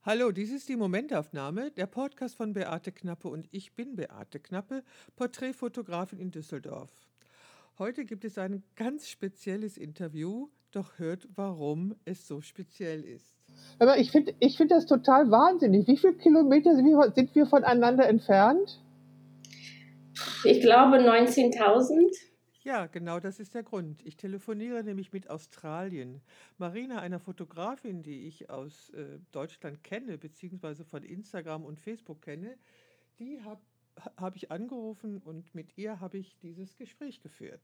Hallo, dies ist die Momentaufnahme, der Podcast von Beate Knappe und ich bin Beate Knappe, Porträtfotografin in Düsseldorf. Heute gibt es ein ganz spezielles Interview, doch hört, warum es so speziell ist. Aber ich find das total wahnsinnig. Wie viele Kilometer sind wir voneinander entfernt? Ich glaube 19.000. Ja, genau das ist der Grund. Ich telefoniere nämlich mit Australien. Marina, einer Fotografin, die ich aus Deutschland kenne, beziehungsweise von Instagram und Facebook kenne, die hab ich angerufen und mit ihr habe ich dieses Gespräch geführt.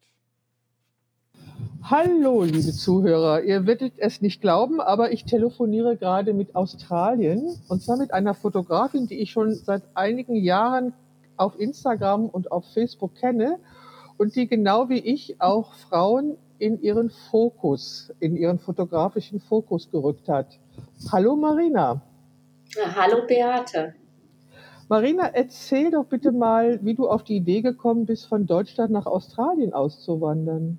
Hallo, liebe Zuhörer. Ihr werdet es nicht glauben, aber ich telefoniere gerade mit Australien und zwar mit einer Fotografin, die ich schon seit einigen Jahren auf Instagram und auf Facebook kenne und die genau wie ich auch Frauen in ihren Fokus, in ihren fotografischen Fokus gerückt hat. Hallo Marina. Hallo Beate. Marina, erzähl doch bitte mal, wie du auf die Idee gekommen bist, von Deutschland nach Australien auszuwandern.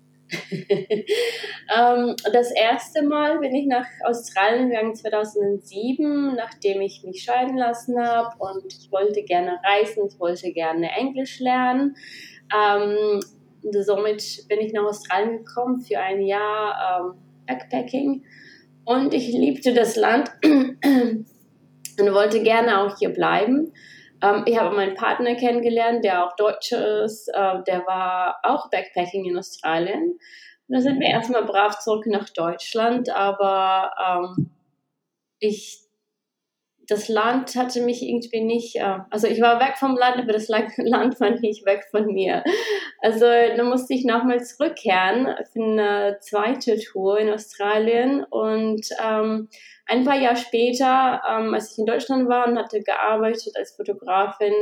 Das erste Mal bin ich nach Australien gegangen 2007, nachdem ich mich scheiden lassen habe, und ich wollte gerne reisen, ich wollte gerne Englisch lernen. Somit bin ich nach Australien gekommen für ein Jahr Backpacking, und ich liebte das Land und wollte gerne auch hier bleiben. Ich habe meinen Partner kennengelernt, der auch Deutscher ist. Der war auch Backpacking in Australien. Und da sind wir erstmal brav zurück nach Deutschland. Aber das Land hatte mich irgendwie nicht, also ich war weg vom Land, aber das Land war nicht weg von mir. Also da musste ich nochmal zurückkehren für eine zweite Tour in Australien, und ein paar Jahre später, als ich in Deutschland war und hatte gearbeitet als Fotografin,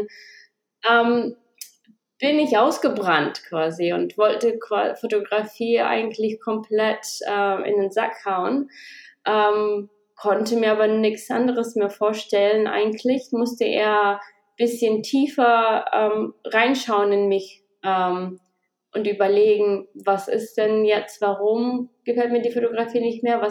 bin ich ausgebrannt quasi und wollte Fotografie eigentlich komplett in den Sack hauen. Konnte mir aber nichts anderes mehr vorstellen. Eigentlich musste er ein bisschen tiefer reinschauen in mich und überlegen, was ist denn jetzt, warum gefällt mir die Fotografie nicht mehr,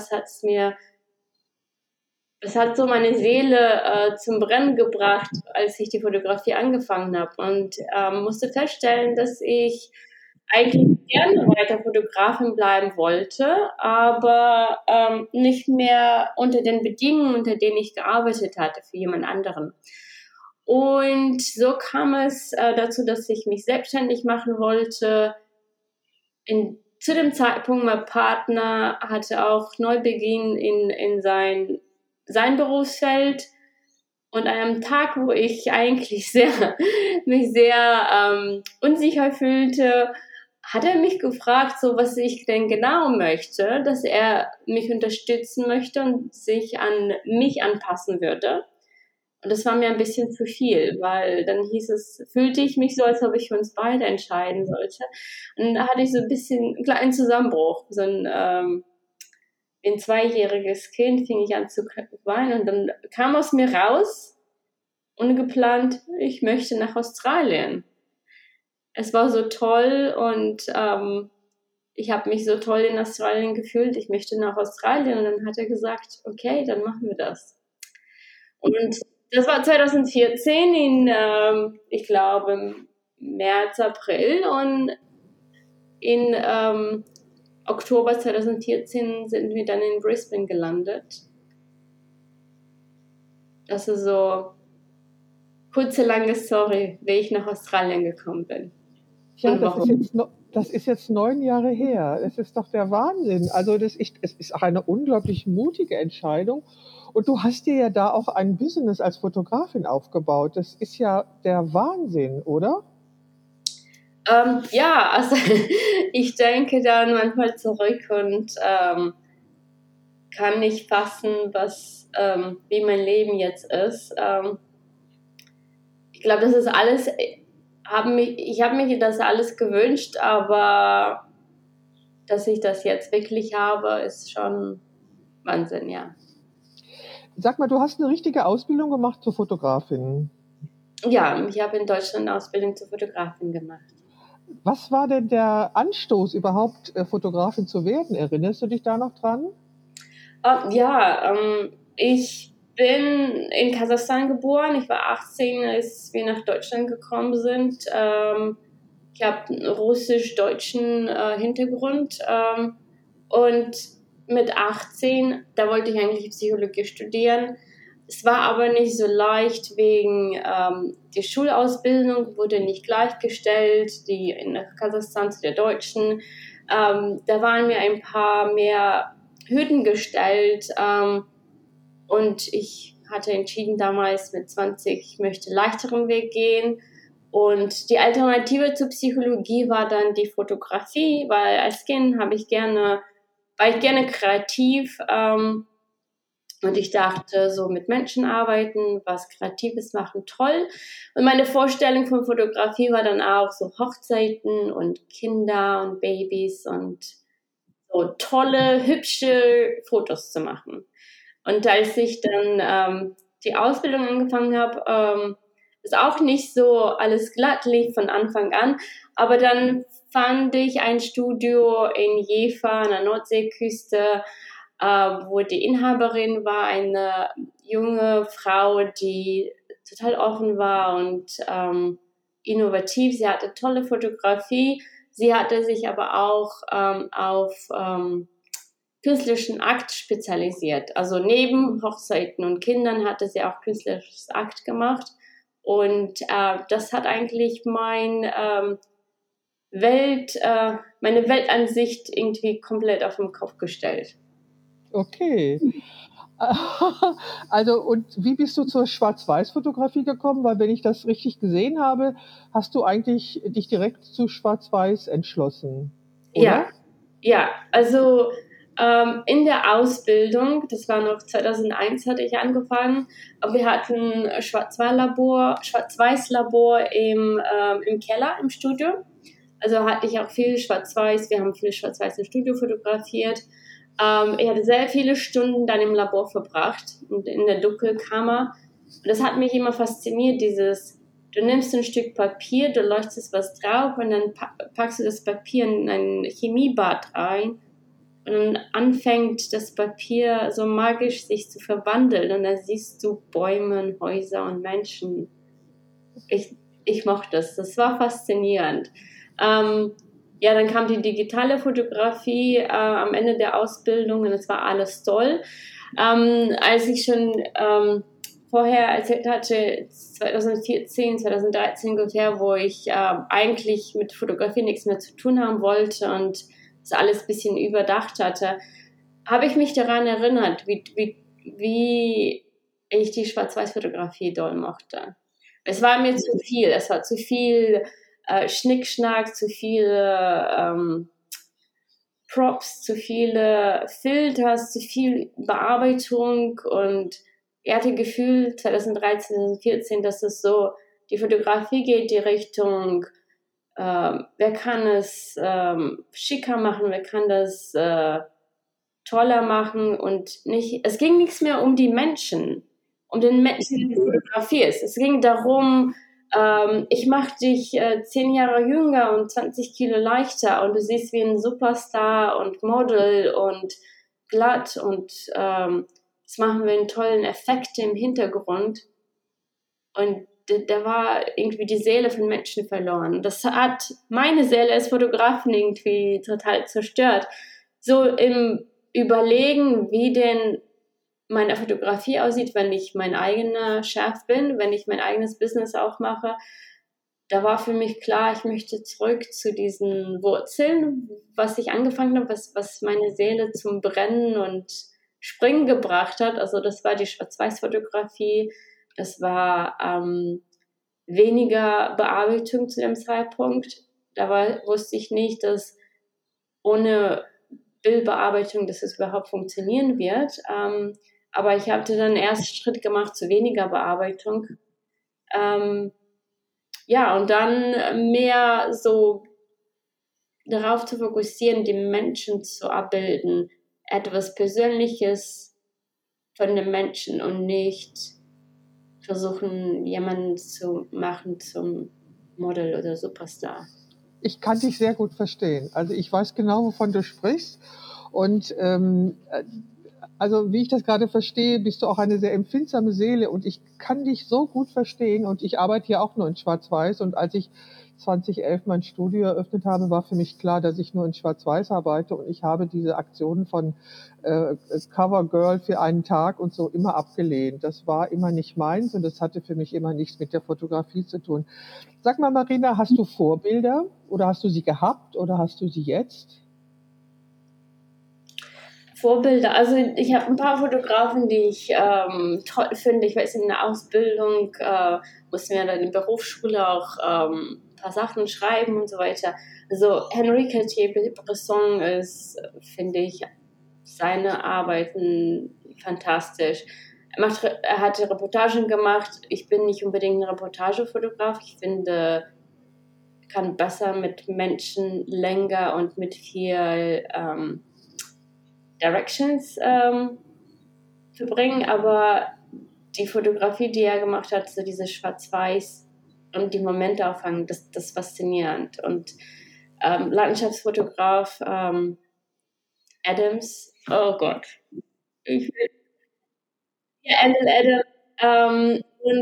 es hat so meine Seele zum Brennen gebracht, als ich die Fotografie angefangen habe, und musste feststellen, dass ich eigentlich gerne weiter Fotografin bleiben wollte, aber nicht mehr unter den Bedingungen, unter denen ich gearbeitet hatte für jemand anderen. Und so kam es dazu, dass ich mich selbstständig machen wollte. Zu dem Zeitpunkt, mein Partner hatte auch Neubeginn in sein Berufsfeld, und an einem Tag, wo ich eigentlich mich sehr unsicher fühlte, hat er mich gefragt, so was ich denn genau möchte, dass er mich unterstützen möchte und sich an mich anpassen würde. Und das war mir ein bisschen zu viel, weil dann fühlte ich mich so, als ob ich für uns beide entscheiden sollte. Und da hatte ich so ein bisschen einen kleinen Zusammenbruch, wie ein zweijähriges Kind fing ich an zu weinen, und dann kam aus mir raus, ungeplant, ich möchte nach Australien. Es war so toll, und ich habe mich so toll in Australien gefühlt, ich möchte nach Australien, und dann hat er gesagt, okay, dann machen wir das. Und das war 2014 ich glaube, März, April, und in Oktober 2014 sind wir dann in Brisbane gelandet. Das ist so kurze, lange Story, wie ich nach Australien gekommen bin. Ja, das ist jetzt 9 Jahre her. Das ist doch der Wahnsinn. Also es ist auch eine unglaublich mutige Entscheidung. Und du hast dir ja da auch ein Business als Fotografin aufgebaut. Das ist ja der Wahnsinn, oder? Ja, also ich denke dann manchmal zurück und kann nicht fassen, wie mein Leben jetzt ist. Ich glaube, das ist alles, ich habe mir das alles gewünscht, aber dass ich das jetzt wirklich habe, ist schon Wahnsinn, ja. Sag mal, du hast eine richtige Ausbildung gemacht zur Fotografin. Ja, ich habe in Deutschland eine Ausbildung zur Fotografin gemacht. Was war denn der Anstoß, überhaupt Fotografin zu werden? Erinnerst du dich da noch dran? Ja, ich bin in Kasachstan geboren. Ich war 18, als wir nach Deutschland gekommen sind. Ich habe einen russisch-deutschen Hintergrund. Und mit 18, da wollte ich eigentlich Psychologie studieren. Es war aber nicht so leicht wegen die Schulausbildung wurde nicht gleichgestellt, die in Kasachstan zu der deutschen. Da waren mir ein paar mehr Hürden gestellt und ich hatte entschieden damals mit 20, ich möchte leichteren Weg gehen. Und die Alternative zur Psychologie war dann die Fotografie, weil als Kind war ich gerne kreativ. Und ich dachte, so mit Menschen arbeiten, was Kreatives machen, toll. Und meine Vorstellung von Fotografie war dann auch so Hochzeiten und Kinder und Babys und so tolle, hübsche Fotos zu machen. Und als ich dann die Ausbildung angefangen habe, ist auch nicht so alles glatt lief von Anfang an. Aber dann fand ich ein Studio in Jever an der Nordseeküste, wo die Inhaberin war, eine junge Frau, die total offen war und innovativ. Sie hatte tolle Fotografie. Sie hatte sich aber auch auf künstlerischen Akt spezialisiert. Also neben Hochzeiten und Kindern hatte sie auch künstlerisches Akt gemacht. Und das hat eigentlich meine Weltansicht irgendwie komplett auf den Kopf gestellt. Okay. Also, und wie bist du zur Schwarz-Weiß-Fotografie gekommen? Weil, wenn ich das richtig gesehen habe, hast du eigentlich dich direkt zu Schwarz-Weiß entschlossen, oder? Ja, also in der Ausbildung, das war noch 2001, hatte ich angefangen, aber wir hatten ein Schwarz-Weiß-Labor im Keller im Studio. Also hatte ich auch viel Schwarz-Weiß, wir haben viel Schwarz-Weiß im Studio fotografiert. Ich hatte sehr viele Stunden dann im Labor verbracht und in der Dunkelkammer. Und das hat mich immer fasziniert, du nimmst ein Stück Papier, du leuchtest was drauf und dann packst du das Papier in ein Chemiebad rein und dann anfängt das Papier so magisch sich zu verwandeln und dann siehst du Bäume, Häuser und Menschen. Ich mochte das war faszinierend. Ja, dann kam die digitale Fotografie am Ende der Ausbildung und es war alles toll. Als ich schon vorher erzählt hatte, 2014, 2013 ungefähr, wo ich eigentlich mit Fotografie nichts mehr zu tun haben wollte und das alles ein bisschen überdacht hatte, habe ich mich daran erinnert, wie ich die Schwarz-Weiß-Fotografie doll mochte. Es war mir zu viel, es war zu viel Schnickschnack, zu viele Props, zu viele Filters, zu viel Bearbeitung und ich hatte das Gefühl 2013, 2014, dass es so, die Fotografie geht die Richtung, wer kann es schicker machen, wer kann das toller machen und nicht, es ging nichts mehr um die Menschen, um den Menschen, den du fotografierst. Es ging darum, ich mache dich 10 Jahre jünger und 20 Kilo leichter und du siehst wie ein Superstar und Model und glatt und jetzt machen wir einen tollen Effekt im Hintergrund und da war irgendwie die Seele von Menschen verloren. Das hat meine Seele als Fotografin irgendwie total zerstört. So im Überlegen, wie denn meine Fotografie aussieht, wenn ich mein eigener Chef bin, wenn ich mein eigenes Business auch mache, da war für mich klar, ich möchte zurück zu diesen Wurzeln, was ich angefangen habe, was meine Seele zum Brennen und Springen gebracht hat. Also das war die Schwarz-Weiß-Fotografie, das war weniger Bearbeitung zu dem Zeitpunkt. Wusste ich nicht, dass ohne Bildbearbeitung, dass es überhaupt funktionieren wird. Aber ich hatte dann den ersten Schritt gemacht zu weniger Bearbeitung. Ja, und dann mehr so darauf zu fokussieren, die Menschen zu abbilden, etwas Persönliches von den Menschen und nicht versuchen, jemanden zu machen zum Model oder Superstar. Ich kann dich sehr gut verstehen. Also ich weiß genau, wovon du sprichst. Und Also wie ich das gerade verstehe, bist du auch eine sehr empfindsame Seele und ich kann dich so gut verstehen und ich arbeite hier auch nur in Schwarz-Weiß und als ich 2011 mein Studio eröffnet habe, war für mich klar, dass ich nur in Schwarz-Weiß arbeite und ich habe diese Aktionen von Covergirl für einen Tag und so immer abgelehnt. Das war immer nicht meins und das hatte für mich immer nichts mit der Fotografie zu tun. Sag mal, Marina, hast du Vorbilder oder hast du sie gehabt oder hast du sie jetzt? Vorbilder, also ich habe ein paar Fotografen, die ich toll finde. Ich weiß, in der Ausbildung mussten wir dann in der Berufsschule auch ein paar Sachen schreiben und so weiter. Also Henri Cartier-Bresson ist, finde ich, seine Arbeiten fantastisch. Er hat Reportagen gemacht. Ich bin nicht unbedingt ein Reportagefotograf. Ich finde, kann besser mit Menschen länger und mit viel Directions verbringen, aber die Fotografie, die er gemacht hat, so diese Schwarz-Weiß und die Momente auffangen, das ist faszinierend. Und Landschaftsfotograf Adams, oh Gott, ich will, ja, Ansel Adams,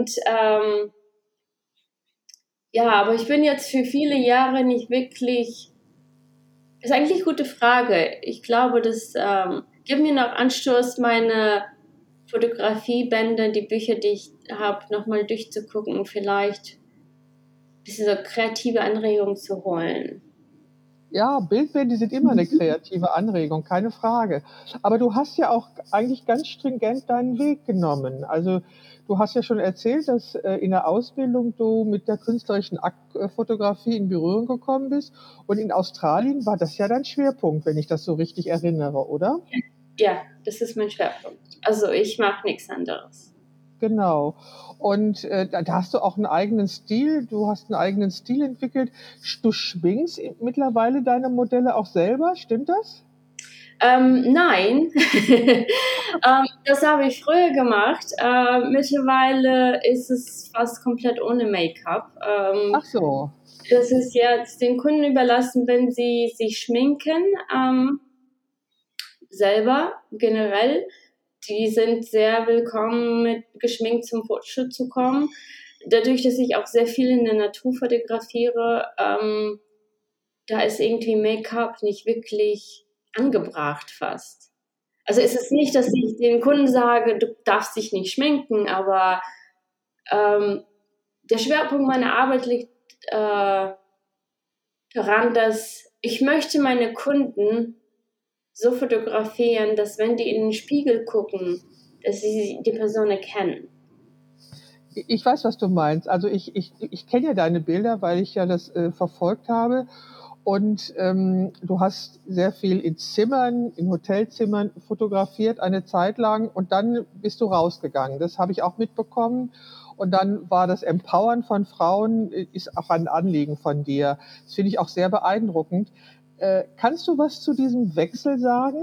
ja, aber ich bin jetzt für viele Jahre nicht wirklich. Das ist eigentlich eine gute Frage. Ich glaube, das gibt mir noch Anstoß, meine Fotografiebände, die Bücher, die ich habe, nochmal durchzugucken und vielleicht ein bisschen so kreative Anregungen zu holen. Ja, Bildbände sind immer eine kreative Anregung, keine Frage. Aber du hast ja auch eigentlich ganz stringent deinen Weg genommen. Also du hast ja schon erzählt, dass in der Ausbildung du mit der künstlerischen Fotografie in Berührung gekommen bist. Und in Australien war das ja dein Schwerpunkt, wenn ich das so richtig erinnere, oder? Ja, das ist mein Schwerpunkt. Also ich mache nichts anderes. Genau. Und da hast du auch einen eigenen Stil. Du hast einen eigenen Stil entwickelt. Du schwingst mittlerweile deine Modelle auch selber, stimmt das? Nein, das habe ich früher gemacht. Mittlerweile ist es fast komplett ohne Make-up. Ach so. Das ist jetzt den Kunden überlassen, wenn sie sich schminken, selber generell. Die sind sehr willkommen, mit geschminkt zum Fotoshoot zu kommen. Dadurch, dass ich auch sehr viel in der Natur fotografiere, da ist irgendwie Make-up nicht wirklich angebracht fast. Also es ist nicht, dass ich den Kunden sage, du darfst dich nicht schminken, aber der Schwerpunkt meiner Arbeit liegt daran, dass ich möchte meine Kunden so fotografieren, dass wenn die in den Spiegel gucken, dass sie die Person erkennen. Ich weiß, was du meinst. Also ich kenne ja deine Bilder, weil ich ja das verfolgt habe. Und du hast sehr viel in Zimmern, in Hotelzimmern fotografiert eine Zeit lang und dann bist du rausgegangen. Das habe ich auch mitbekommen. Und dann war das Empowern von Frauen, ist auch ein Anliegen von dir. Das finde ich auch sehr beeindruckend. Kannst du was zu diesem Wechsel sagen?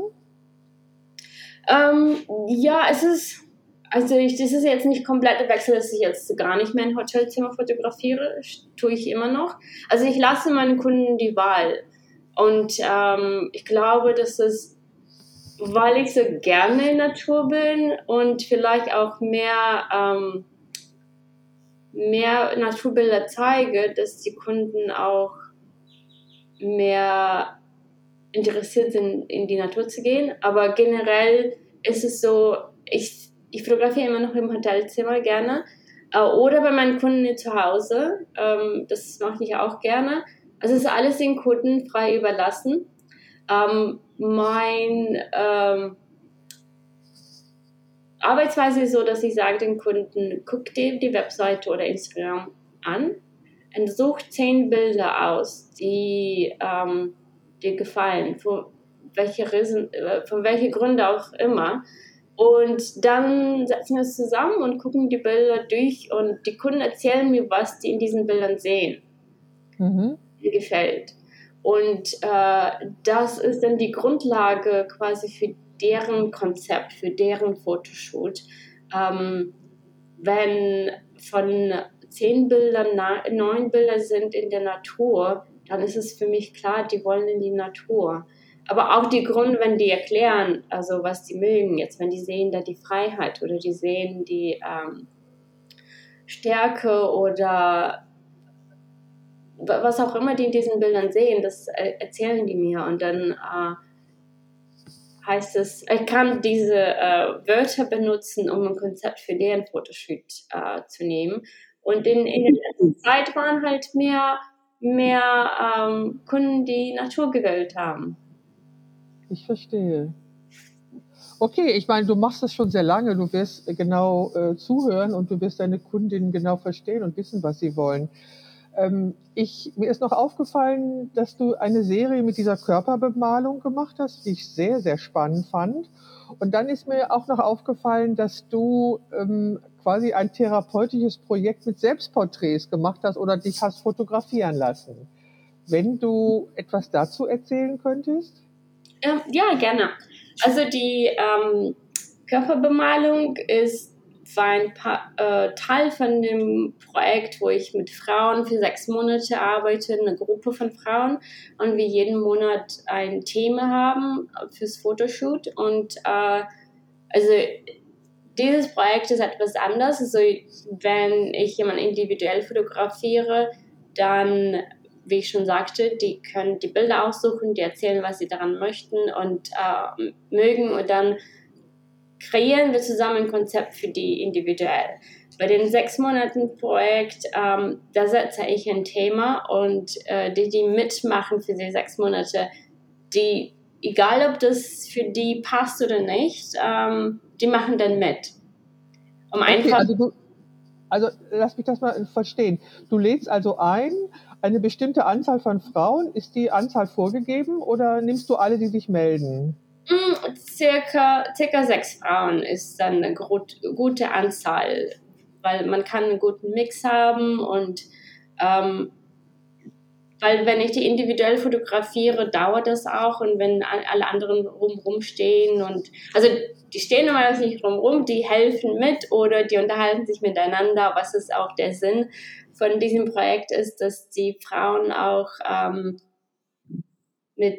Ja, es ist, also das ist jetzt nicht kompletter Wechsel, dass ich jetzt gar nicht mehr ein Hotelzimmer fotografiere, tue ich immer noch. Also ich lasse meinen Kunden die Wahl. Und ich glaube, dass es, weil ich so gerne in Natur bin und vielleicht auch mehr Naturbilder zeige, dass die Kunden auch mehr interessiert sind, in die Natur zu gehen. Aber generell ist es so, ich fotografiere immer noch im Hotelzimmer gerne oder bei meinen Kunden zu Hause. Das mache ich auch gerne. Also es ist alles den Kunden frei überlassen. Meine Arbeitsweise ist so, dass ich sage den Kunden, guck dir die Webseite oder Instagram an und such 10 Bilder aus, die dir gefallen, von welchen Gründen auch immer. Und dann setzen wir uns zusammen und gucken die Bilder durch und die Kunden erzählen mir, was die in diesen Bildern sehen. Mhm. Mir gefällt. Und das ist dann die Grundlage quasi für deren Konzept, für deren Fotoshoot. Wenn von 10 Bildern 9 Bilder sind in der Natur, dann ist es für mich klar, die wollen in die Natur. aber auch die Gründe, wenn die erklären, also was die mögen, jetzt wenn die sehen da die Freiheit oder die sehen die Stärke oder was auch immer die in diesen Bildern sehen, das erzählen die mir und dann heißt es, ich kann diese Wörter benutzen, um ein Konzept für deren Fotoshoot zu nehmen. Und in der letzten Zeit waren halt mehr Kunden, die Natur gewählt haben. Ich verstehe. Okay, ich meine, du machst das schon sehr lange, du wirst genau zuhören und du wirst deine Kundinnen genau verstehen und wissen, was sie wollen. Mir ist noch aufgefallen, dass du eine Serie mit dieser Körperbemalung gemacht hast, die ich sehr, sehr spannend fand. Und dann ist mir auch noch aufgefallen, dass du quasi ein therapeutisches Projekt mit Selbstporträts gemacht hast oder dich hast fotografieren lassen. Wenn du etwas dazu erzählen könntest? Ja, gerne. Also die Körperbemalung war ein Teil von dem Projekt, wo ich mit Frauen für 6 Monate arbeite, eine Gruppe von Frauen und wir jeden Monat ein Thema haben fürs Fotoshoot und also dieses Projekt ist etwas anders. Also wenn ich jemanden individuell fotografiere, dann, wie ich schon sagte, die können die Bilder aussuchen, die erzählen, was sie daran möchten und mögen und dann kreieren wir zusammen ein Konzept für die individuell. Bei den 6 Monaten Projekt, da setze ich ein Thema und die mitmachen für die 6 Monate, egal ob das für die passt oder nicht, die machen dann mit. Okay, also lass mich das mal verstehen. Du lädst also ein, eine bestimmte Anzahl von Frauen. Ist die Anzahl vorgegeben oder nimmst du alle, die sich melden? Circa 6 Frauen ist dann eine gute Anzahl, weil man kann einen guten Mix haben und weil wenn ich die individuell fotografiere, dauert das auch und wenn alle anderen rumstehen und also die stehen normalerweise nicht rum, die helfen mit oder die unterhalten sich miteinander, was ist auch der Sinn von diesem Projekt ist, dass die Frauen auch mit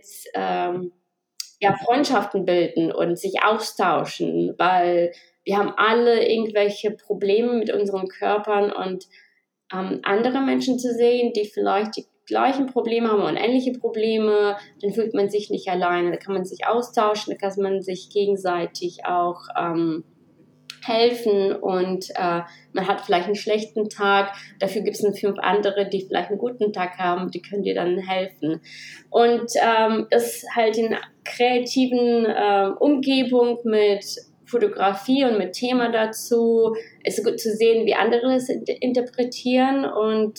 Freundschaften bilden und sich austauschen, weil wir haben alle irgendwelche Probleme mit unseren Körpern und andere Menschen zu sehen, die vielleicht die gleichen Probleme haben und ähnliche Probleme, dann fühlt man sich nicht alleine. Da kann man sich austauschen, da kann man sich gegenseitig auch helfen und man hat vielleicht einen schlechten Tag, dafür gibt es 5 andere, die vielleicht einen guten Tag haben, die können dir dann helfen. Und das halt in kreativen Umgebung mit Fotografie und mit Thema dazu, ist gut zu sehen, wie andere es interpretieren und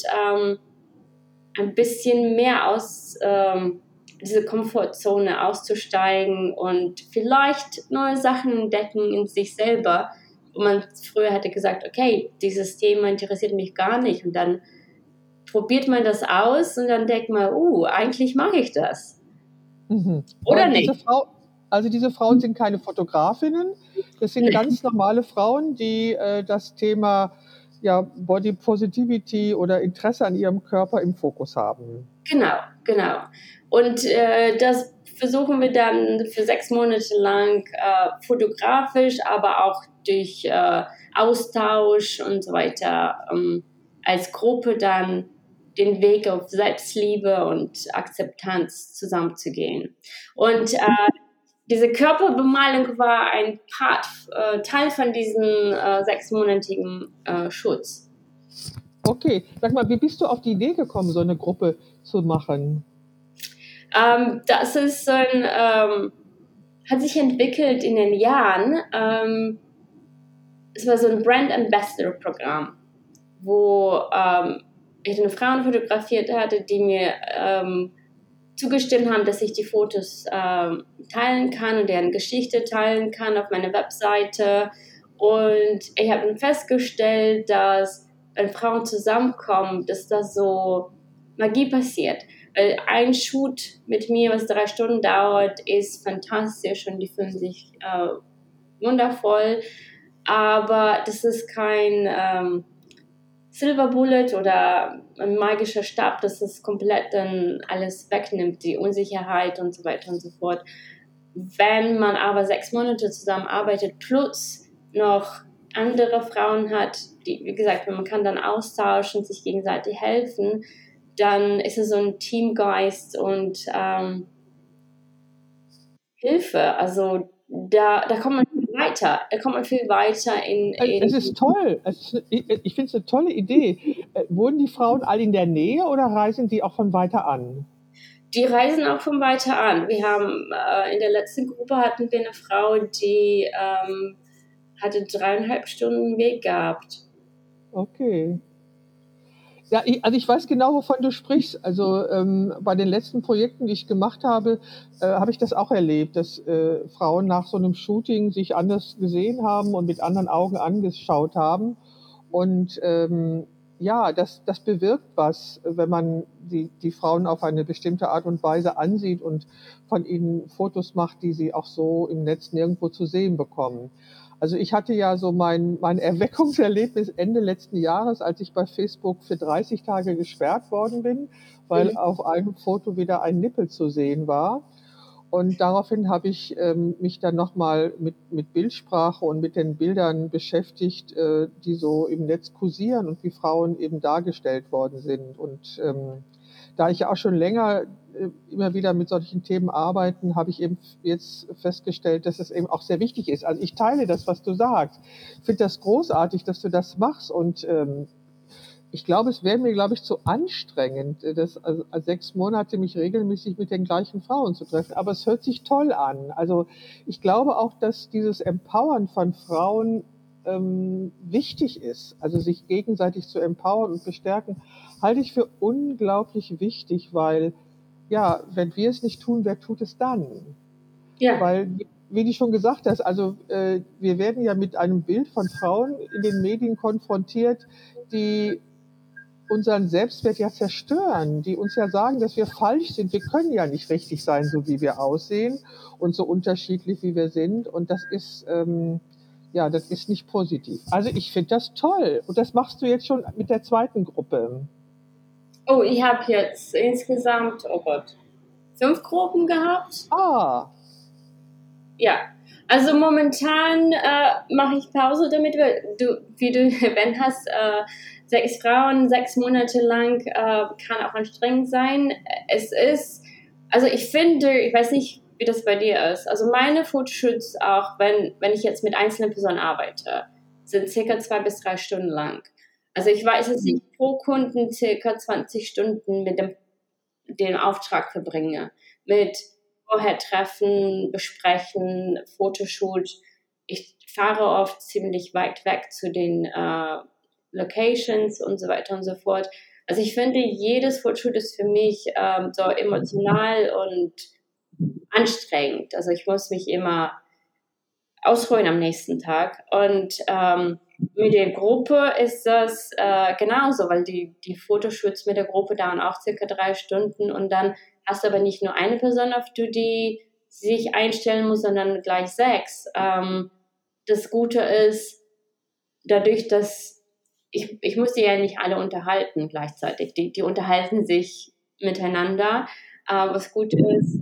ein bisschen mehr aus diese Komfortzone auszusteigen und vielleicht neue Sachen entdecken in sich selber, wo man früher hätte gesagt, okay, dieses Thema interessiert mich gar nicht und dann probiert man das aus und dann denkt man, eigentlich mache ich das. Oder nicht? Diese Frauen sind keine Fotografinnen, das sind ganz normale Frauen, die das Thema Body Positivity oder Interesse an ihrem Körper im Fokus haben. Genau. Und das versuchen wir dann für 6 Monate lang fotografisch, aber auch durch Austausch und so weiter als Gruppe dann den Weg auf Selbstliebe und Akzeptanz zusammenzugehen. Und diese Körperbemalung war ein Teil von diesem 6-monatigen Schutz. Okay, sag mal, wie bist du auf die Idee gekommen, so eine Gruppe zu machen? Das ist hat sich entwickelt in den Jahren. Es war so ein Brand Ambassador Programm, wo ich eine Frauen fotografiert hatte, die mir zugestimmt haben, dass ich die Fotos teilen kann und deren Geschichte teilen kann auf meiner Webseite. Und ich habe dann festgestellt, dass wenn Frauen zusammenkommen, dass da so Magie passiert. Weil ein Shoot mit mir, was 3 Stunden dauert, ist fantastisch und die fühlen sich wundervoll. Aber das ist kein Silver Bullet oder ein magischer Stab, dass das komplett dann alles wegnimmt, die Unsicherheit und so weiter und so fort. Wenn man aber 6 Monate zusammenarbeitet, plus noch andere Frauen hat, die, wie gesagt, man kann dann austauschen, sich gegenseitig helfen, dann ist es so ein Teamgeist und Hilfe. Also da kommt man viel weiter. Da kommt man viel weiter Es ist toll. Ich finde es eine tolle Idee. Wohnen die Frauen alle in der Nähe oder reisen die auch von weiter an? Die reisen auch von weiter an. Wir haben in der letzten Gruppe hatten wir eine Frau, die hatte 3,5 Stunden Weg gehabt. Okay. Ja, also ich weiß genau, wovon du sprichst. Also bei den letzten Projekten, die ich gemacht habe, habe ich das auch erlebt, dass Frauen nach so einem Shooting sich anders gesehen haben und mit anderen Augen angeschaut haben. Und ja, das bewirkt was, wenn man die Frauen auf eine bestimmte Art und Weise ansieht und von ihnen Fotos macht, die sie auch so im Netz nirgendwo zu sehen bekommen. Also ich hatte ja so mein Erweckungserlebnis Ende letzten Jahres, als ich bei Facebook für 30 Tage gesperrt worden bin, weil auf einem Foto wieder ein Nippel zu sehen war. Und daraufhin habe ich mich dann nochmal mit Bildsprache und mit den Bildern beschäftigt, die so im Netz kursieren und wie Frauen eben dargestellt worden sind. Und da ich ja auch schon länger immer wieder mit solchen Themen arbeiten, habe ich eben jetzt festgestellt, dass es eben auch sehr wichtig ist. Also ich teile das, was du sagst. Ich finde das großartig, dass du das machst. Und ich glaube, es wäre mir, glaube ich, zu anstrengend, das also 6 Monate mich regelmäßig mit den gleichen Frauen zu treffen. Aber es hört sich toll an. Also ich glaube auch, dass dieses Empowern von Frauen wichtig ist. Also sich gegenseitig zu empowern und bestärken, halte ich für unglaublich wichtig, weil ja, wenn wir es nicht tun, wer tut es dann? Ja. Weil, wie du schon gesagt hast, also wir werden ja mit einem Bild von Frauen in den Medien konfrontiert, die unseren Selbstwert ja zerstören, die uns ja sagen, dass wir falsch sind. Wir können ja nicht richtig sein, so wie wir aussehen und so unterschiedlich, wie wir sind. Und das ist, ja, das ist nicht positiv. Also ich finde das toll. Und das machst du jetzt schon mit der zweiten Gruppe. Oh, ich habe jetzt insgesamt, oh Gott, 5 Gruppen gehabt. Ah, Ja, also momentan mache ich Pause damit, weil du, wie du erwähnt hast, 6 Frauen, 6 Monate lang kann auch anstrengend sein. Es ist, also ich finde, ich weiß nicht, wie das bei dir ist. Also meine Fotoshoots auch, wenn ich jetzt mit einzelnen Personen arbeite, sind circa 2 bis 3 Stunden lang. Also ich weiß, dass ich pro Kunden circa 20 Stunden mit dem Auftrag verbringe. Mit vorher treffen, besprechen, Fotoshoot. Ich fahre oft ziemlich weit weg zu den Locations und so weiter und so fort. Also ich finde, jedes Fotoshoot ist für mich so emotional und anstrengend. Also ich muss mich immer ausruhen am nächsten Tag. Und mit der Gruppe ist das genauso, weil die Fotoshoots mit der Gruppe dauern auch circa 3 Stunden und dann hast du aber nicht nur eine Person, auf die sich einstellen muss, sondern gleich 6. Das Gute ist, dadurch, dass ich muss die ja nicht alle unterhalten gleichzeitig. Die unterhalten sich miteinander. Was gut ist,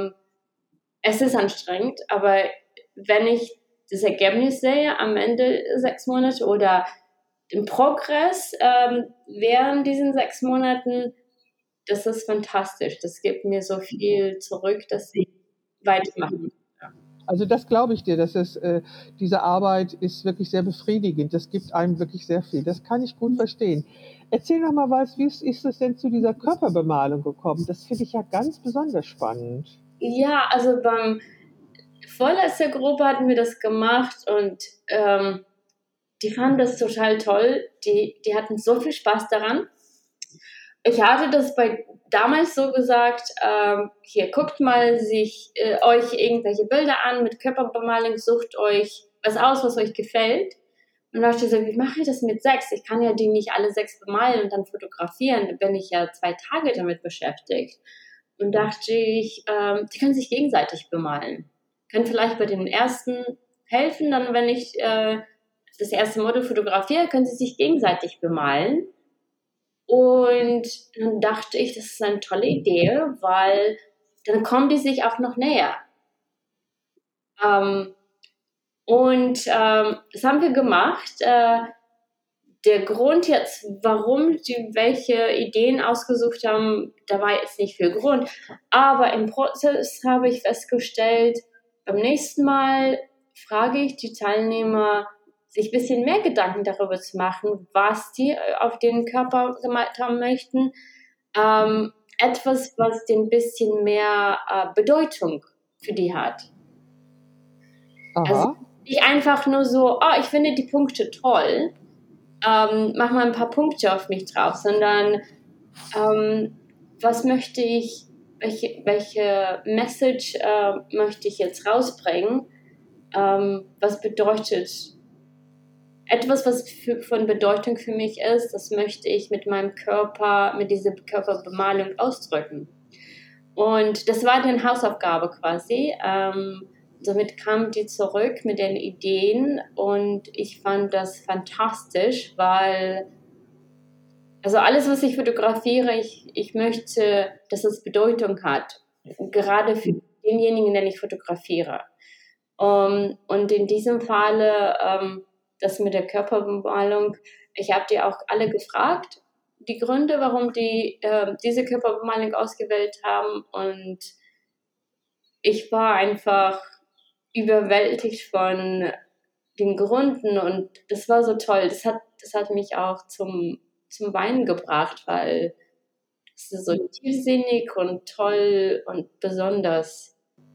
es ist anstrengend, aber wenn ich das Ergebnis sehe am Ende 6 Monate oder den Progress während diesen 6 Monaten, das ist fantastisch. Das gibt mir so viel zurück, dass ich weitermachen. also das glaube ich dir, dass diese Arbeit ist wirklich sehr befriedigend. Das gibt einem wirklich sehr viel. Das kann ich gut verstehen. Erzähl noch mal was, wie ist es denn zu dieser Körperbemalung gekommen? Das finde ich ja ganz besonders spannend. Ja, also beim vorletzten Gruppe hatten wir das gemacht und die fanden das total toll. Die hatten so viel Spaß daran. Ich hatte das damals so gesagt, hier guckt mal euch irgendwelche Bilder an mit Körperbemalung, sucht euch was aus, was euch gefällt. Und da dachte ich so, wie mache ich das mit 6? Ich kann ja die nicht alle 6 bemalen und dann fotografieren. Da bin ich ja 2 Tage damit beschäftigt. Und dachte ich, die können sich gegenseitig bemalen. Können vielleicht bei den ersten helfen, dann wenn ich das erste Model fotografiere, können sie sich gegenseitig bemalen. Und dann dachte ich, das ist eine tolle Idee, weil dann kommen die sich auch noch näher. Das haben wir gemacht. Der Grund jetzt, warum die welche Ideen ausgesucht haben, da war jetzt nicht viel Grund. Aber im Prozess habe ich festgestellt, beim nächsten Mal frage ich die Teilnehmer, sich ein bisschen mehr Gedanken darüber zu machen, was die auf den Körper gemalt haben möchten. Etwas, was ein bisschen mehr Bedeutung für die hat. Aha. Also nicht einfach nur so, oh, ich finde die Punkte toll, mach mal ein paar Punkte auf mich drauf, sondern was möchte ich, welche Message möchte ich jetzt rausbringen? Was bedeutet etwas, was von Bedeutung für mich ist, das möchte ich mit meinem Körper, mit dieser Körperbemalung ausdrücken. Und das war dann Hausaufgabe quasi. Somit kamen die zurück mit den Ideen und ich fand das fantastisch, weil also alles, was ich fotografiere, ich möchte, dass es Bedeutung hat, gerade für denjenigen, den ich fotografiere. Und in diesem Falle, das mit der Körperbemalung, ich habe die auch alle gefragt, die Gründe, warum die diese Körperbemalung ausgewählt haben, und ich war einfach überwältigt von den Gründen und das war so toll. Das hat mich auch zum Weinen gebracht, weil es ist so tiefsinnig und toll und besonders.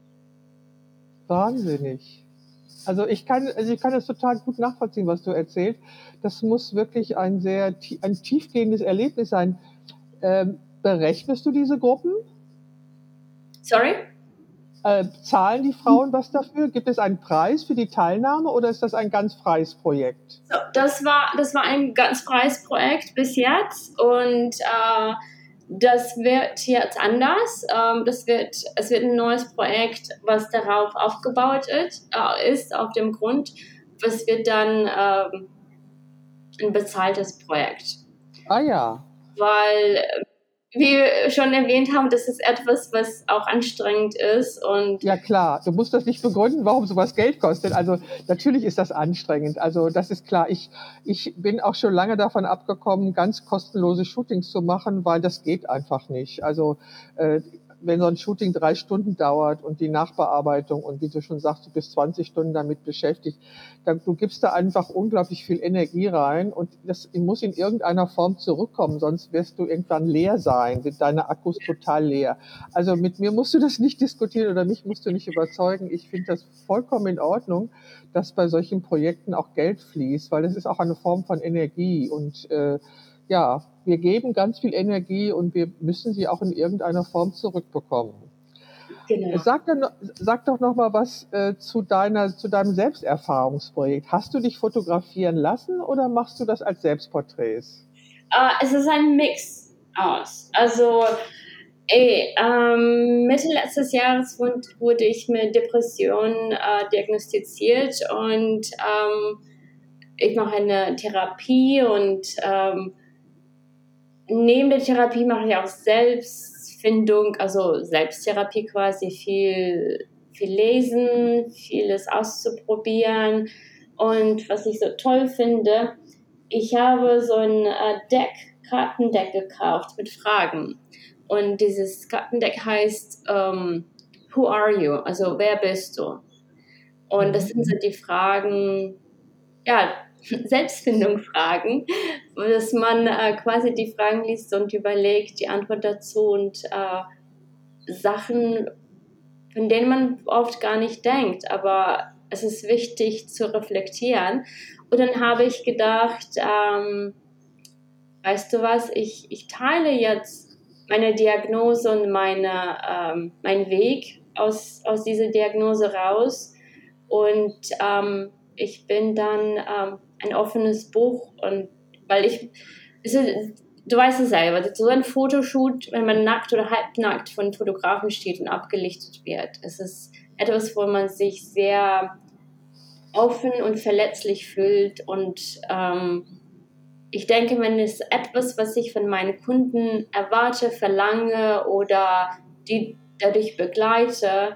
Wahnsinnig. Also ich kann das total gut nachvollziehen, was du erzählst. Das muss wirklich ein tiefgehendes Erlebnis sein. Berechnest du diese Gruppen? Sorry? Zahlen die Frauen was dafür? Gibt es einen Preis für die Teilnahme oder ist das ein ganz freies Projekt? So, das war ein ganz freies Projekt bis jetzt und das wird jetzt anders. Es wird ein neues Projekt, was darauf aufgebaut ist auf dem Grund. Es wird dann ein bezahltes Projekt. Ah ja. Weil, wie wir schon erwähnt haben, das ist etwas, was auch anstrengend ist. Und ja klar, du musst das nicht begründen, warum sowas Geld kostet. Also natürlich ist das anstrengend. Also das ist klar. Ich bin auch schon lange davon abgekommen, ganz kostenlose Shootings zu machen, weil das geht einfach nicht. Also wenn so ein Shooting 3 Stunden dauert und die Nachbearbeitung und wie du schon sagst, du bist 20 Stunden damit beschäftigt, du gibst da einfach unglaublich viel Energie rein und das muss in irgendeiner Form zurückkommen, sonst wirst du irgendwann leer sein, sind deine Akkus total leer. Also mit mir musst du das nicht diskutieren oder mich musst du nicht überzeugen. Ich finde das vollkommen in Ordnung, dass bei solchen Projekten auch Geld fließt, weil das ist auch eine Form von Energie und ja, wir geben ganz viel Energie und wir müssen sie auch in irgendeiner Form zurückbekommen. genau. Sag doch noch mal was zu deinem Selbsterfahrungsprojekt. Hast du dich fotografieren lassen oder machst du das als Selbstporträts? Es ist ein Mix aus. Also Mitte letztes Jahres wurde ich mit Depressionen diagnostiziert und ich mache eine Therapie und neben der Therapie mache ich auch Selbstfindung, also Selbsttherapie quasi, viel lesen, vieles auszuprobieren. Und was ich so toll finde, ich habe so ein Kartendeck gekauft mit Fragen. Und dieses Kartendeck heißt Who are you? Also wer bist du? Und das sind so die Fragen, ja, Selbstfindungsfragen, dass man quasi die Fragen liest und überlegt die Antwort dazu und Sachen, von denen man oft gar nicht denkt, aber es ist wichtig zu reflektieren. Und dann habe ich gedacht, weißt du was, ich teile jetzt meine Diagnose und meinen Weg aus dieser Diagnose raus und ich bin dann ein offenes Buch und weil du weißt es selber, so ein Fotoshoot, wenn man nackt oder halbnackt von Fotografen steht und abgelichtet wird, es ist etwas, wo man sich sehr offen und verletzlich fühlt. Und ich denke, wenn es etwas, was ich von meinen Kunden erwarte, verlange oder die dadurch begleite,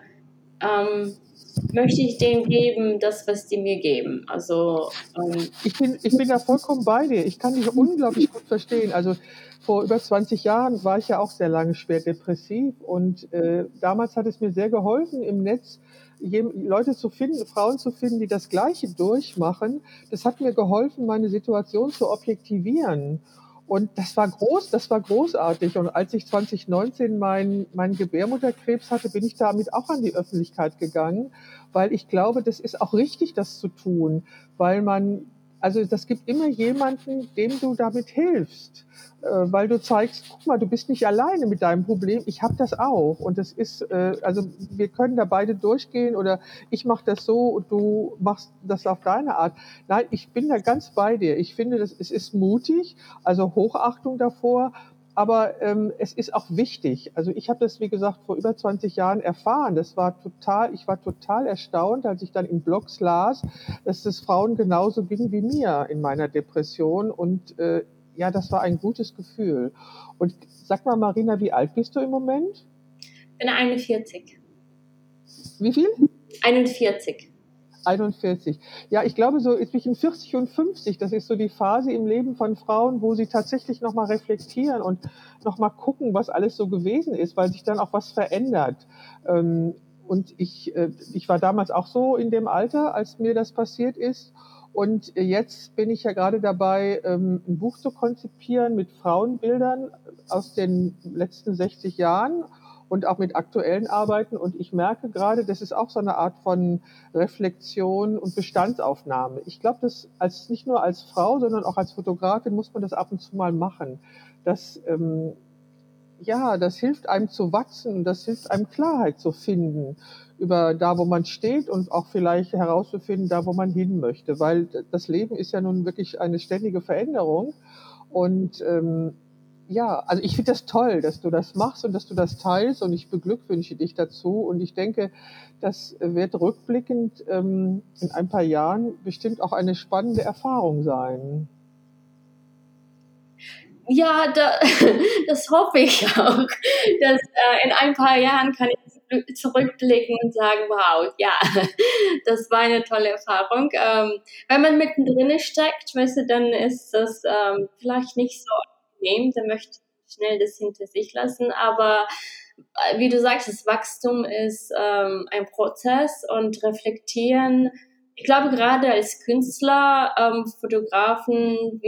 möchte ich denen geben, das, was die mir geben. Also Ich bin da vollkommen bei dir. Ich kann dich unglaublich gut verstehen. Also vor über 20 Jahren war ich ja auch sehr lange schwer depressiv und damals hat es mir sehr geholfen, im Netz Leute zu finden, Frauen zu finden, die das Gleiche durchmachen. Das hat mir geholfen, meine Situation zu objektivieren. Und das war großartig. Und als ich 2019 meinen Gebärmutterkrebs hatte, bin ich damit auch an die Öffentlichkeit gegangen, weil ich glaube, das ist auch richtig, das zu tun, weil also das gibt immer jemanden, dem du damit hilfst, weil du zeigst, guck mal, du bist nicht alleine mit deinem Problem, ich habe das auch und das ist, also wir können da beide durchgehen oder ich mache das so und du machst das auf deine Art. Nein, ich bin da ganz bei dir. Ich finde, es ist mutig, also Hochachtung davor, aber es ist auch wichtig. Also ich habe das, wie gesagt, vor über 20 Jahren erfahren. Ich war total erstaunt, als ich dann in Blogs las, dass es Frauen genauso ging wie mir in meiner Depression. Und ja, das war ein gutes Gefühl. Und sag mal, Marina, wie alt bist du im Moment? Ich bin 41. Wie viel? 41. 41. Ja, ich glaube, so zwischen 40 und 50, das ist so die Phase im Leben von Frauen, wo sie tatsächlich nochmal reflektieren und nochmal gucken, was alles so gewesen ist, weil sich dann auch was verändert. Und ich war damals auch so in dem Alter, als mir das passiert ist. Und jetzt bin ich ja gerade dabei, ein Buch zu konzipieren mit Frauenbildern aus den letzten 60 Jahren und auch mit aktuellen Arbeiten. Und ich merke gerade, das ist auch so eine Art von Reflexion und Bestandsaufnahme. Ich glaube, nicht nur als Frau, sondern auch als Fotografin muss man das ab und zu mal machen. Das, ja, das hilft einem zu wachsen und das hilft einem Klarheit zu finden über da, wo man steht und auch vielleicht herauszufinden, da, wo man hin möchte. Weil das Leben ist ja nun wirklich eine ständige Veränderung. Und ja, also ich finde das toll, dass du das machst und dass du das teilst und ich beglückwünsche dich dazu und ich denke, das wird rückblickend in ein paar Jahren bestimmt auch eine spannende Erfahrung sein. Ja, das hoffe ich auch, dass in ein paar Jahren kann ich zurückblicken und sagen, wow, ja, das war eine tolle Erfahrung. Wenn man mittendrin steckt, weißt du, dann ist das vielleicht nicht so angenehm, dann möchte ich schnell das hinter sich lassen, aber wie du sagst, das Wachstum ist ein Prozess und reflektieren. Ich glaube, gerade als Künstler, Fotografen,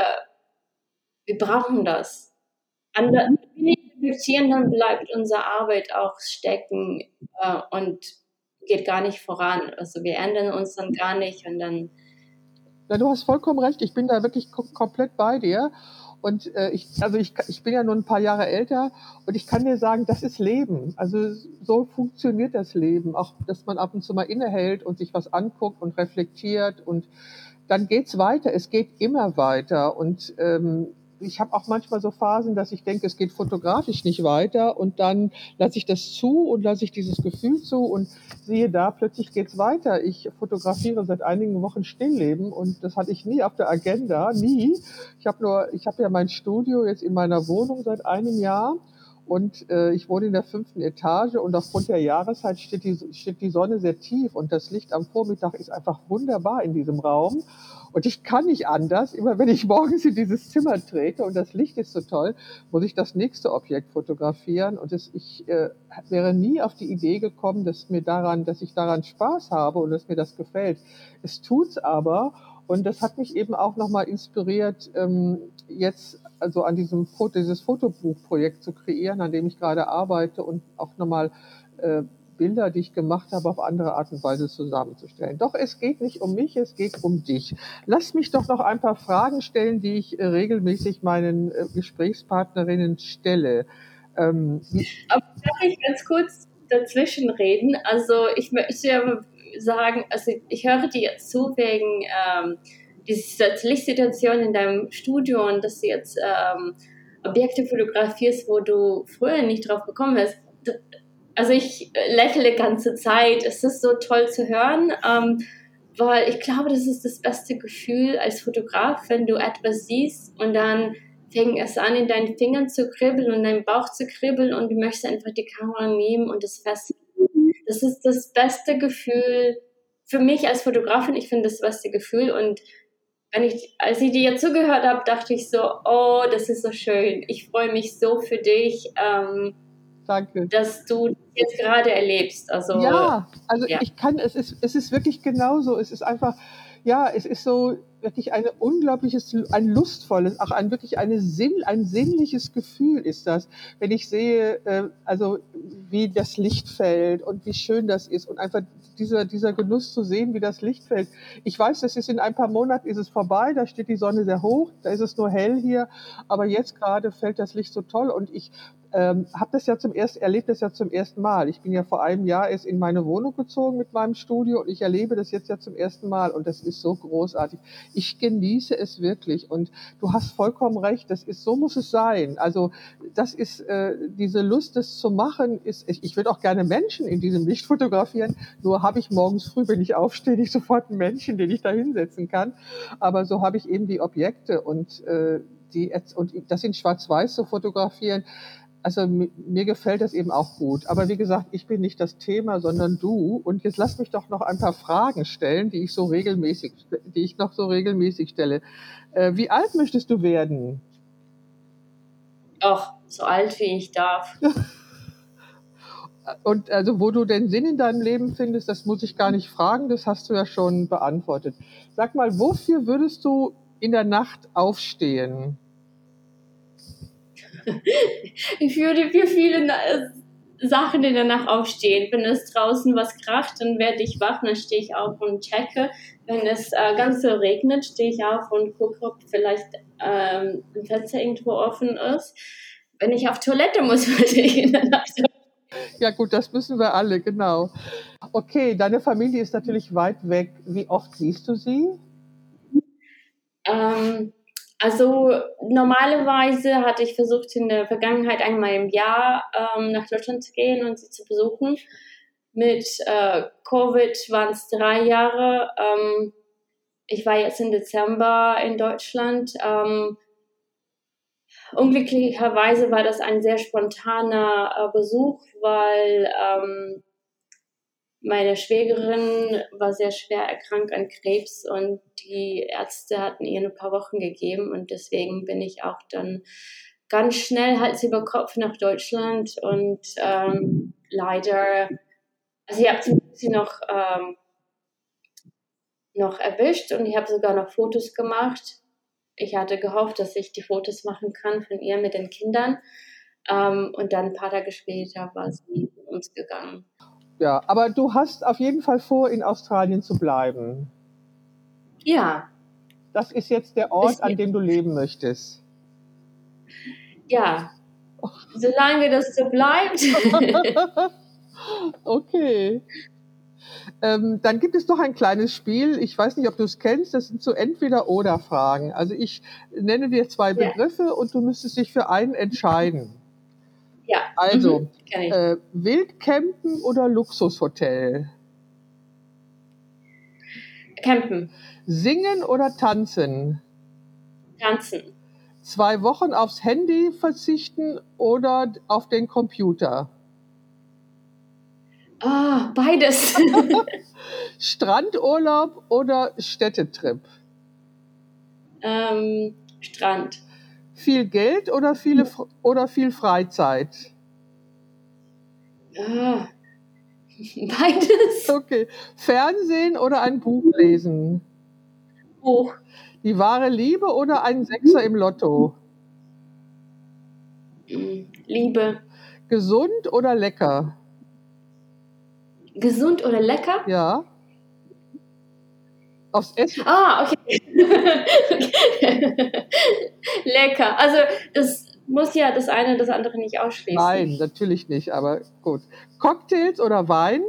wir brauchen das. Wenn wir nicht reflektieren, dann bleibt unsere Arbeit auch stecken und geht gar nicht voran. Also wir ändern uns dann gar nicht und dann. Ja, du hast vollkommen recht. Ich bin da wirklich komplett bei dir. Und ich bin ja nur ein paar Jahre älter und ich kann dir sagen, das ist Leben. Also so funktioniert das Leben. Auch, dass man ab und zu mal innehält und sich was anguckt und reflektiert und dann geht's weiter. Es geht immer weiter. Und ich habe auch manchmal so Phasen, dass ich denke, es geht fotografisch nicht weiter und dann lasse ich das zu und lasse ich dieses Gefühl zu und siehe da, plötzlich geht's weiter. Ich fotografiere seit einigen Wochen Stillleben und das hatte ich nie auf der Agenda, nie. Ich habe ja mein Studio jetzt in meiner Wohnung seit einem Jahr und ich wohne in der 5. Etage und aufgrund der Jahreszeit steht die Sonne sehr tief und das Licht am Vormittag ist einfach wunderbar in diesem Raum. Und ich kann nicht anders, immer wenn ich morgens in dieses Zimmer trete und das Licht ist so toll, muss ich das nächste Objekt fotografieren. Und ich wäre nie auf die Idee gekommen, dass ich daran Spaß habe und dass mir das gefällt. Es tut's aber. Und das hat mich eben auch nochmal inspiriert, jetzt also an dieses Fotobuchprojekt zu kreieren, an dem ich gerade arbeite und auch nochmal Bilder, die ich gemacht habe, auf andere Art und Weise zusammenzustellen. Doch es geht nicht um mich, es geht um dich. Lass mich doch noch ein paar Fragen stellen, die ich regelmäßig meinen Gesprächspartnerinnen stelle. Aber darf ich ganz kurz dazwischen reden? Also ich möchte sagen, also ich höre dir jetzt zu wegen dieser Lichtsituation in deinem Studio und dass du jetzt Objekte fotografierst, wo du früher nicht drauf gekommen bist. Also ich lächle die ganze Zeit. Es ist so toll zu hören. weil ich glaube, das ist das beste Gefühl als Fotograf, wenn du etwas siehst und dann fängt es an, in deinen Fingern zu kribbeln und deinen Bauch zu kribbeln und du möchtest einfach die Kamera nehmen und es festhalten. Das ist das beste Gefühl für mich als Fotografin. Ich finde das beste Gefühl und als ich dir zugehört habe, dachte ich so, oh, das ist so schön. Ich freue mich so für dich, Danke. dass du das jetzt gerade erlebst. Also, Ja, also ja. es ist wirklich genauso. Es ist einfach, ja, es ist so wirklich ein lustvolles, auch ein sinnliches Gefühl ist das, wenn ich sehe, also wie das Licht fällt und wie schön das ist und einfach dieser Genuss zu sehen, wie das Licht fällt. Ich weiß, das ist in ein paar Monaten ist es vorbei, da steht die Sonne sehr hoch, da ist es nur hell hier, aber jetzt gerade fällt das Licht so toll und ich erlebt das ja zum ersten Mal. Ich bin ja vor einem Jahr erst in meine Wohnung gezogen mit meinem Studio und ich erlebe das jetzt ja zum ersten Mal und das ist so großartig. Ich genieße es wirklich und du hast vollkommen recht, so muss es sein. Also das ist diese Lust, das zu machen, ich würde auch gerne Menschen in diesem Licht fotografieren, nur habe ich morgens früh, wenn ich aufstehe, nicht sofort einen Menschen, den ich da hinsetzen kann, aber so habe ich eben die Objekte und das in Schwarz-Weiß zu fotografieren. Also mir gefällt das eben auch gut. Aber wie gesagt, ich bin nicht das Thema, sondern du. Und jetzt lass mich doch noch ein paar Fragen stellen, die ich noch so regelmäßig stelle. Wie alt möchtest du werden? Auch so alt wie ich darf. Und also wo du den Sinn in deinem Leben findest, das muss ich gar nicht fragen, das hast du ja schon beantwortet. Sag mal, wofür würdest du in der Nacht aufstehen? Ich würde für viele Sachen in der Nacht aufstehen. Wenn es draußen was kracht, dann werde ich wach, dann stehe ich auf und checke. Wenn es ganz so regnet, stehe ich auf und gucke, ob vielleicht ein Fenster irgendwo offen ist. Wenn ich auf Toilette muss, würde ich in der Nacht. Ja gut, das müssen wir alle, genau. Okay, deine Familie ist natürlich weit weg. Wie oft siehst du sie? Also normalerweise hatte ich versucht, in der Vergangenheit einmal im Jahr nach Deutschland zu gehen und sie zu besuchen. Mit Covid waren es 3 Jahre. Ich war jetzt im Dezember in Deutschland. Unglücklicherweise war das ein sehr spontaner Besuch, weil meine Schwägerin war sehr schwer erkrankt an Krebs und die Ärzte hatten ihr ein paar Wochen gegeben und deswegen bin ich auch dann ganz schnell Hals über Kopf nach Deutschland und leider, also ich habe sie noch erwischt und ich habe sogar noch Fotos gemacht. Ich hatte gehofft, dass ich die Fotos machen kann von ihr mit den Kindern und dann ein paar Tage später war sie von uns gegangen. Ja, aber du hast auf jeden Fall vor, in Australien zu bleiben. Ja. Das ist jetzt der Ort, an dem du leben möchtest. Ja, solange das so bleibt. Okay. Dann gibt es noch ein kleines Spiel. Ich weiß nicht, ob du es kennst. Das sind so Entweder-oder-Fragen. Also ich nenne dir 2 Begriffe und du müsstest dich für einen entscheiden. Ja. Also, Wildcampen oder Luxushotel? Campen. Singen oder tanzen? Tanzen. 2 Wochen aufs Handy verzichten oder auf den Computer? Beides. Strandurlaub oder Städtetrip? Strand. Viel Geld oder viel Freizeit? Beides. Okay. Fernsehen oder ein Buch lesen? Buch. Die wahre Liebe oder ein Sechser im Lotto? Liebe. Gesund oder lecker? Gesund oder lecker? Ja. Aufs Essen. Okay. Lecker. Also das muss ja das eine das andere nicht ausschließen. Nein, natürlich nicht, aber gut. Cocktails oder Wein?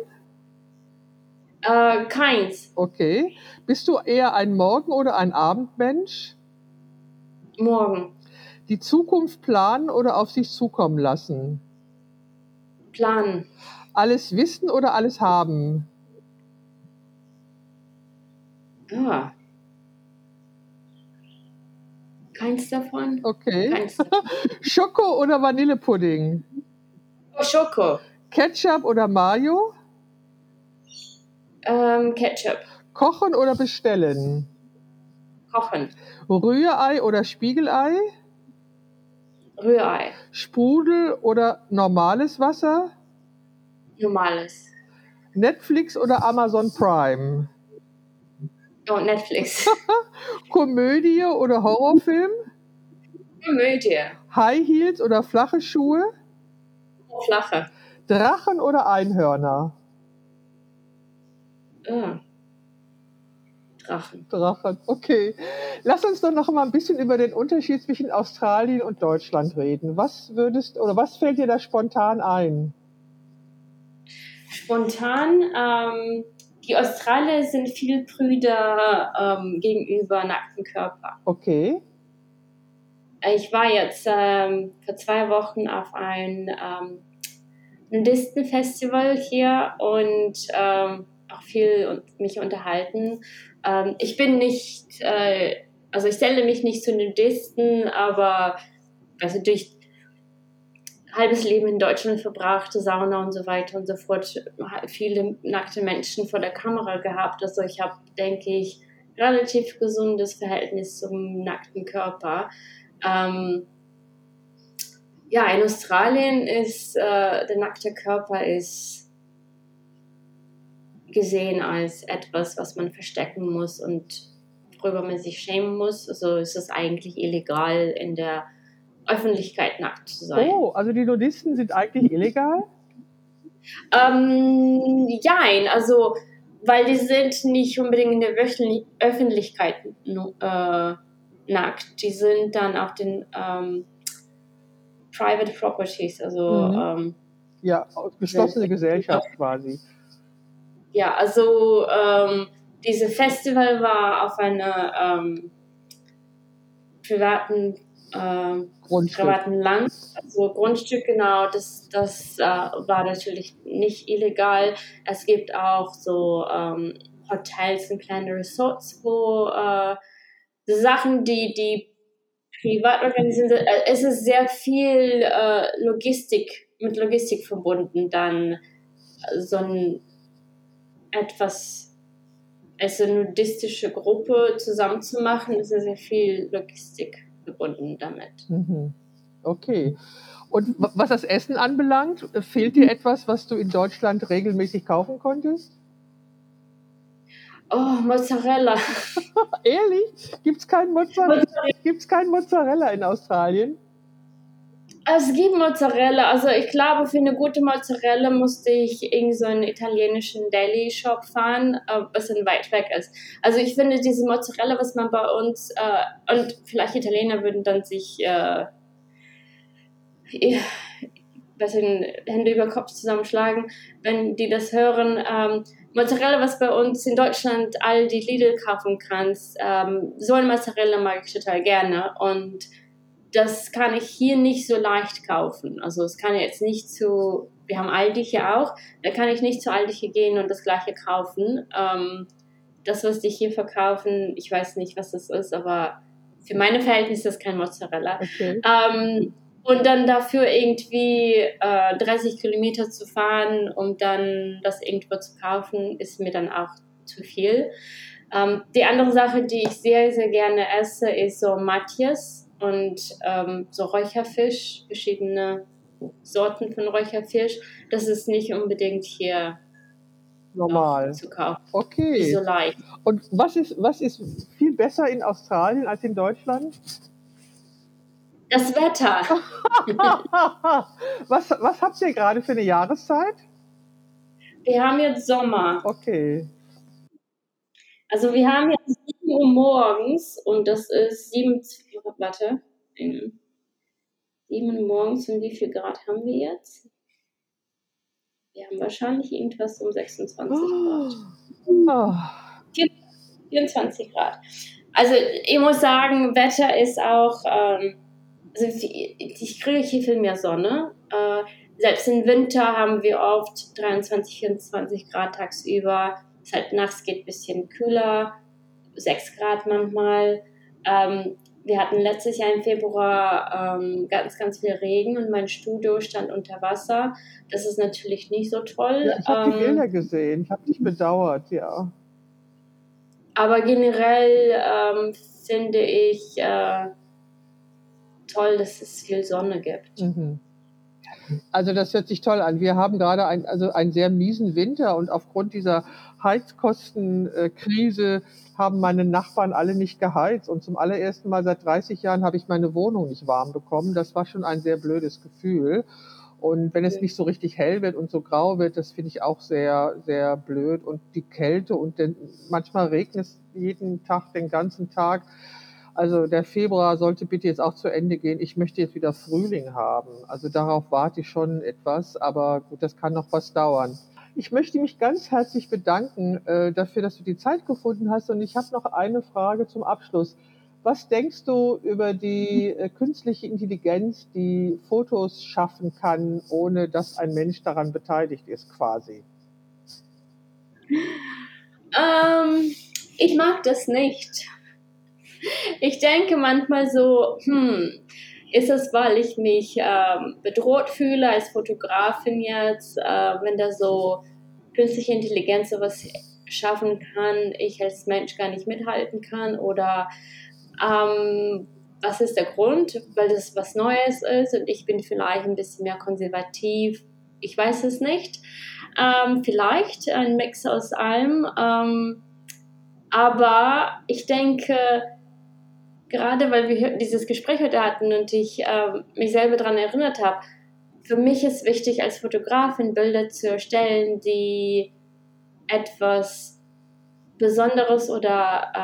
Keins. Okay. Bist du eher ein Morgen- oder ein Abendmensch? Morgen. Die Zukunft planen oder auf sich zukommen lassen? Planen. Alles wissen oder alles haben? Ja, keins davon. Okay. Keins davon. Schoko oder Vanillepudding? Oh, Schoko. Ketchup oder Mayo? Ketchup. Kochen oder bestellen? Kochen. Rührei oder Spiegelei? Rührei. Sprudel oder normales Wasser? Normales. Netflix oder Amazon Prime? Oh, Netflix. Komödie oder Horrorfilm? Komödie. High Heels oder flache Schuhe? Flache. Drachen oder Einhörner? Drachen. Drachen, okay. Lass uns doch noch mal ein bisschen über den Unterschied zwischen Australien und Deutschland reden. Was fällt dir da spontan ein? Spontan, die Australier sind viel prüder gegenüber nackten Körper. Okay. Ich war jetzt vor 2 Wochen auf ein Nudistenfestival hier und auch viel mich unterhalten. Ich bin nicht, also ich zähle mich nicht zu Nudisten, aber also durch halbes Leben in Deutschland verbracht, Sauna und so weiter und so fort, viele nackte Menschen vor der Kamera gehabt. Also ich habe, denke ich, relativ gesundes Verhältnis zum nackten Körper. Ja, in Australien ist der nackte Körper ist gesehen als etwas, was man verstecken muss und worüber man sich schämen muss. Also ist es eigentlich illegal, in der Öffentlichkeit nackt zu sein. Oh, also die Nudisten sind eigentlich illegal? Jein, also weil die sind nicht unbedingt in der Öffentlichkeit nackt. Die sind dann auf den Private Properties, also Ja, geschlossene Gesellschaft quasi. ja, also dieses Festival war auf einer privaten Land, also Grundstück, genau, das war natürlich nicht illegal. Es gibt auch so Hotels und kleine Resorts, wo Sachen, die privat organisiert sind. Es ist sehr viel mit Logistik verbunden, dann so ein etwas als eine nudistische Gruppe zusammenzumachen, ist sehr viel Logistik verbunden damit. Okay. Und was das Essen anbelangt, fehlt dir etwas, was du in Deutschland regelmäßig kaufen konntest? Oh, Mozzarella. Ehrlich? Gibt's kein Mozzarella in Australien? Es gibt Mozzarella. Also ich glaube, für eine gute Mozzarella musste ich in so einen italienischen Deli-Shop fahren, was ein weit weg ist. Also ich finde diese Mozzarella, was man bei uns, und vielleicht Italiener würden dann sich Hände über Kopf zusammenschlagen, wenn die das hören. Mozzarella, was bei uns in Deutschland all die Lidl kaufen kannst, so eine Mozzarella mag ich total gerne und das kann ich hier nicht so leicht kaufen. Also es kann jetzt nicht wir haben Aldi hier auch, da kann ich nicht zu Aldi hier gehen und das gleiche kaufen. Das, was die hier verkaufen, ich weiß nicht, was das ist, aber für meine Verhältnisse ist das kein Mozzarella. Okay. Und dann dafür irgendwie 30 Kilometer zu fahren, um dann das irgendwo zu kaufen, ist mir dann auch zu viel. Die andere Sache, die ich sehr, sehr gerne esse, ist so Matjes und so Räucherfisch, verschiedene Sorten von Räucherfisch. Das ist nicht unbedingt hier normal zu kaufen. Okay. So leicht. Und was ist viel besser in Australien als in Deutschland? Das Wetter. Was habt ihr gerade für eine Jahreszeit? Wir haben jetzt Sommer. Okay. Also wir haben jetzt 7 Uhr morgens und das ist 7 Uhr morgens und wie viel Grad haben wir jetzt? Wir haben wahrscheinlich irgendwas um 26 Grad. Oh. 24 Grad. Also ich muss sagen, Wetter ist auch, also ich kriege hier viel mehr Sonne. Selbst im Winter haben wir oft 23, 24 Grad tagsüber. Es halt nachts geht ein bisschen kühler. 6 Grad manchmal. Wir hatten letztes Jahr im Februar ganz, ganz viel Regen und mein Studio stand unter Wasser. Das ist natürlich nicht so toll. Ja, ich habe die Bilder gesehen. Ich habe dich bedauert, ja. Aber generell finde ich toll, dass es viel Sonne gibt. Mhm. Also das hört sich toll an. Wir haben gerade einen sehr miesen Winter und aufgrund dieser Heizkostenkrise haben meine Nachbarn alle nicht geheizt. Und zum allerersten Mal seit 30 Jahren habe ich meine Wohnung nicht warm bekommen. Das war schon ein sehr blödes Gefühl. Und wenn es nicht so richtig hell wird und so grau wird, das finde ich auch sehr, sehr blöd. Und die Kälte und manchmal regnet es jeden Tag, den ganzen Tag. Also der Februar sollte bitte jetzt auch zu Ende gehen. Ich möchte jetzt wieder Frühling haben. Also darauf warte ich schon etwas, aber gut, das kann noch was dauern. Ich möchte mich ganz herzlich bedanken dafür, dass du die Zeit gefunden hast. Und ich habe noch eine Frage zum Abschluss. Was denkst du über die künstliche Intelligenz, die Fotos schaffen kann, ohne dass ein Mensch daran beteiligt ist, quasi? Ich mag das nicht. Ich denke manchmal so, ist es, weil ich mich bedroht fühle als Fotografin jetzt, wenn da so künstliche Intelligenz sowas schaffen kann, ich als Mensch gar nicht mithalten kann, oder was ist der Grund? Weil das was Neues ist und ich bin vielleicht ein bisschen mehr konservativ. Ich weiß es nicht. Vielleicht ein Mix aus allem. Aber ich denke, gerade weil wir dieses Gespräch heute hatten und ich mich selber daran erinnert habe, für mich ist wichtig, als Fotografin Bilder zu erstellen, die etwas Besonderes oder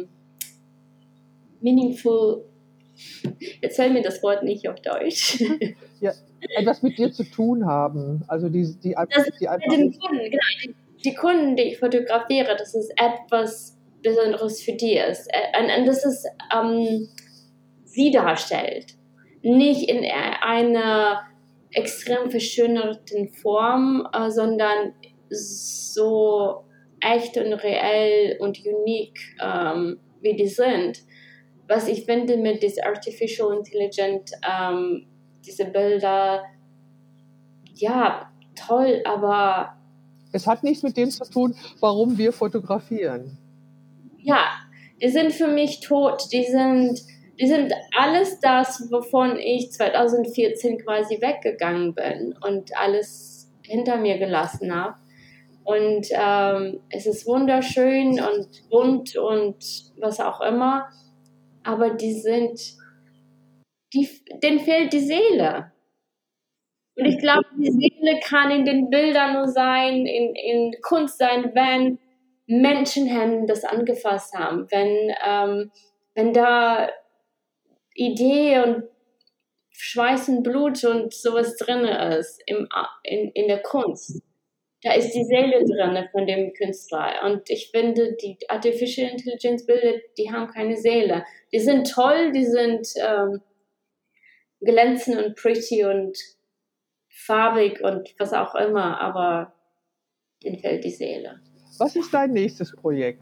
meaningful, jetzt fällt mir das Wort nicht auf Deutsch. Ja, etwas mit dir zu tun haben. Also die Das ist mit den Kunden, genau. Die Kunden, die ich fotografiere, dass es etwas Besonderes für die ist. Und das ist sie darstellt. Nicht in einer extrem verschönerten Form, sondern so echt und reell und unique, wie die sind. Was ich finde mit dieser Artificial Intelligence, diese Bilder, ja, toll, aber es hat nichts mit dem zu tun, warum wir fotografieren. ja, die sind für mich tot. Die sind alles das, wovon ich 2014 quasi weggegangen bin und alles hinter mir gelassen habe. Und es ist wunderschön und bunt und was auch immer, aber denen fehlt die Seele. Und ich glaube, die Seele kann in den Bildern nur sein, in Kunst sein, wenn Menschenhände das angefasst haben, wenn da Idee und Schweiß und Blut und sowas drin ist in der Kunst. Da ist die Seele drin von dem Künstler. Und ich finde, die Artificial Intelligence Bilder, die haben keine Seele. Die sind toll, die sind glänzend und pretty und farbig und was auch immer, aber denen fehlt die Seele. Was ist dein nächstes Projekt?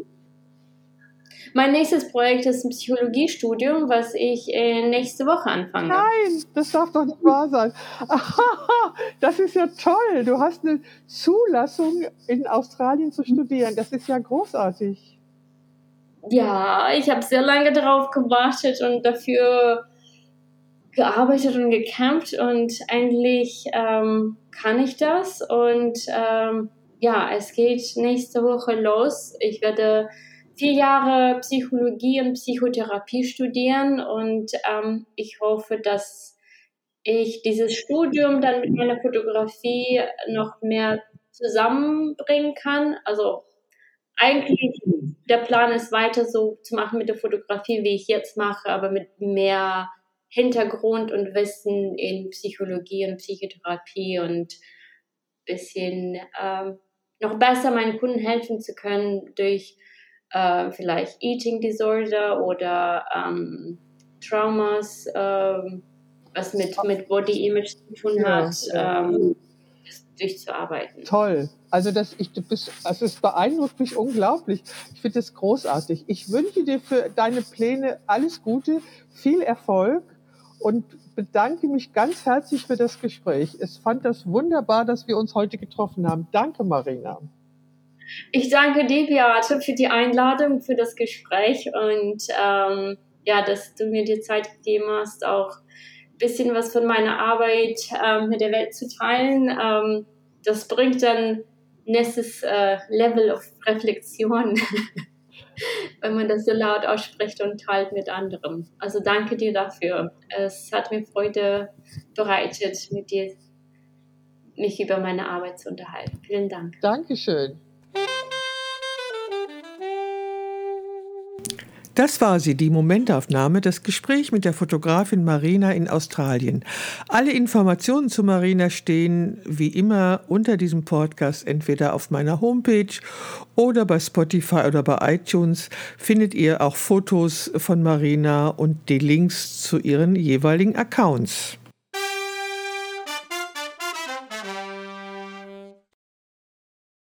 Mein nächstes Projekt ist ein Psychologiestudium, was ich nächste Woche anfange. Nein, das darf doch nicht wahr sein. Das ist ja toll. Du hast eine Zulassung, in Australien zu studieren. Das ist ja großartig. Ja, ich habe sehr lange darauf gewartet und dafür gearbeitet und gekämpft und eigentlich kann ich das. Und ja, es geht nächste Woche los. Ich werde 4 Jahre Psychologie und Psychotherapie studieren und ich hoffe, dass ich dieses Studium dann mit meiner Fotografie noch mehr zusammenbringen kann. Also eigentlich der Plan ist weiter so zu machen mit der Fotografie, wie ich jetzt mache, aber mit mehr Hintergrund und Wissen in Psychologie und Psychotherapie und bisschen noch besser meinen Kunden helfen zu können durch vielleicht Eating Disorder oder Traumas, was mit Body Image zu tun hat. Ja. durchzuarbeiten. Toll. Also es beeindruckt mich unglaublich. Ich finde es großartig. Ich wünsche dir für deine Pläne alles Gute, viel Erfolg und bedanke mich ganz herzlich für das Gespräch. Ich fand das wunderbar, dass wir uns heute getroffen haben. Danke, Marina. Ich danke dir, Beate, für die Einladung, für das Gespräch und dass du mir die Zeit gegeben hast, auch ein bisschen was von meiner Arbeit mit der Welt zu teilen. Das bringt dann nächstes Level of Reflexion, wenn man das so laut ausspricht und teilt mit anderen. Also danke dir dafür. Es hat mir Freude bereitet, mit dir mich über meine Arbeit zu unterhalten. Vielen Dank. Dankeschön. Das war sie, die Momentaufnahme, das Gespräch mit der Fotografin Marina in Australien. Alle Informationen zu Marina stehen wie immer unter diesem Podcast, entweder auf meiner Homepage oder bei Spotify oder bei iTunes findet ihr auch Fotos von Marina und die Links zu ihren jeweiligen Accounts.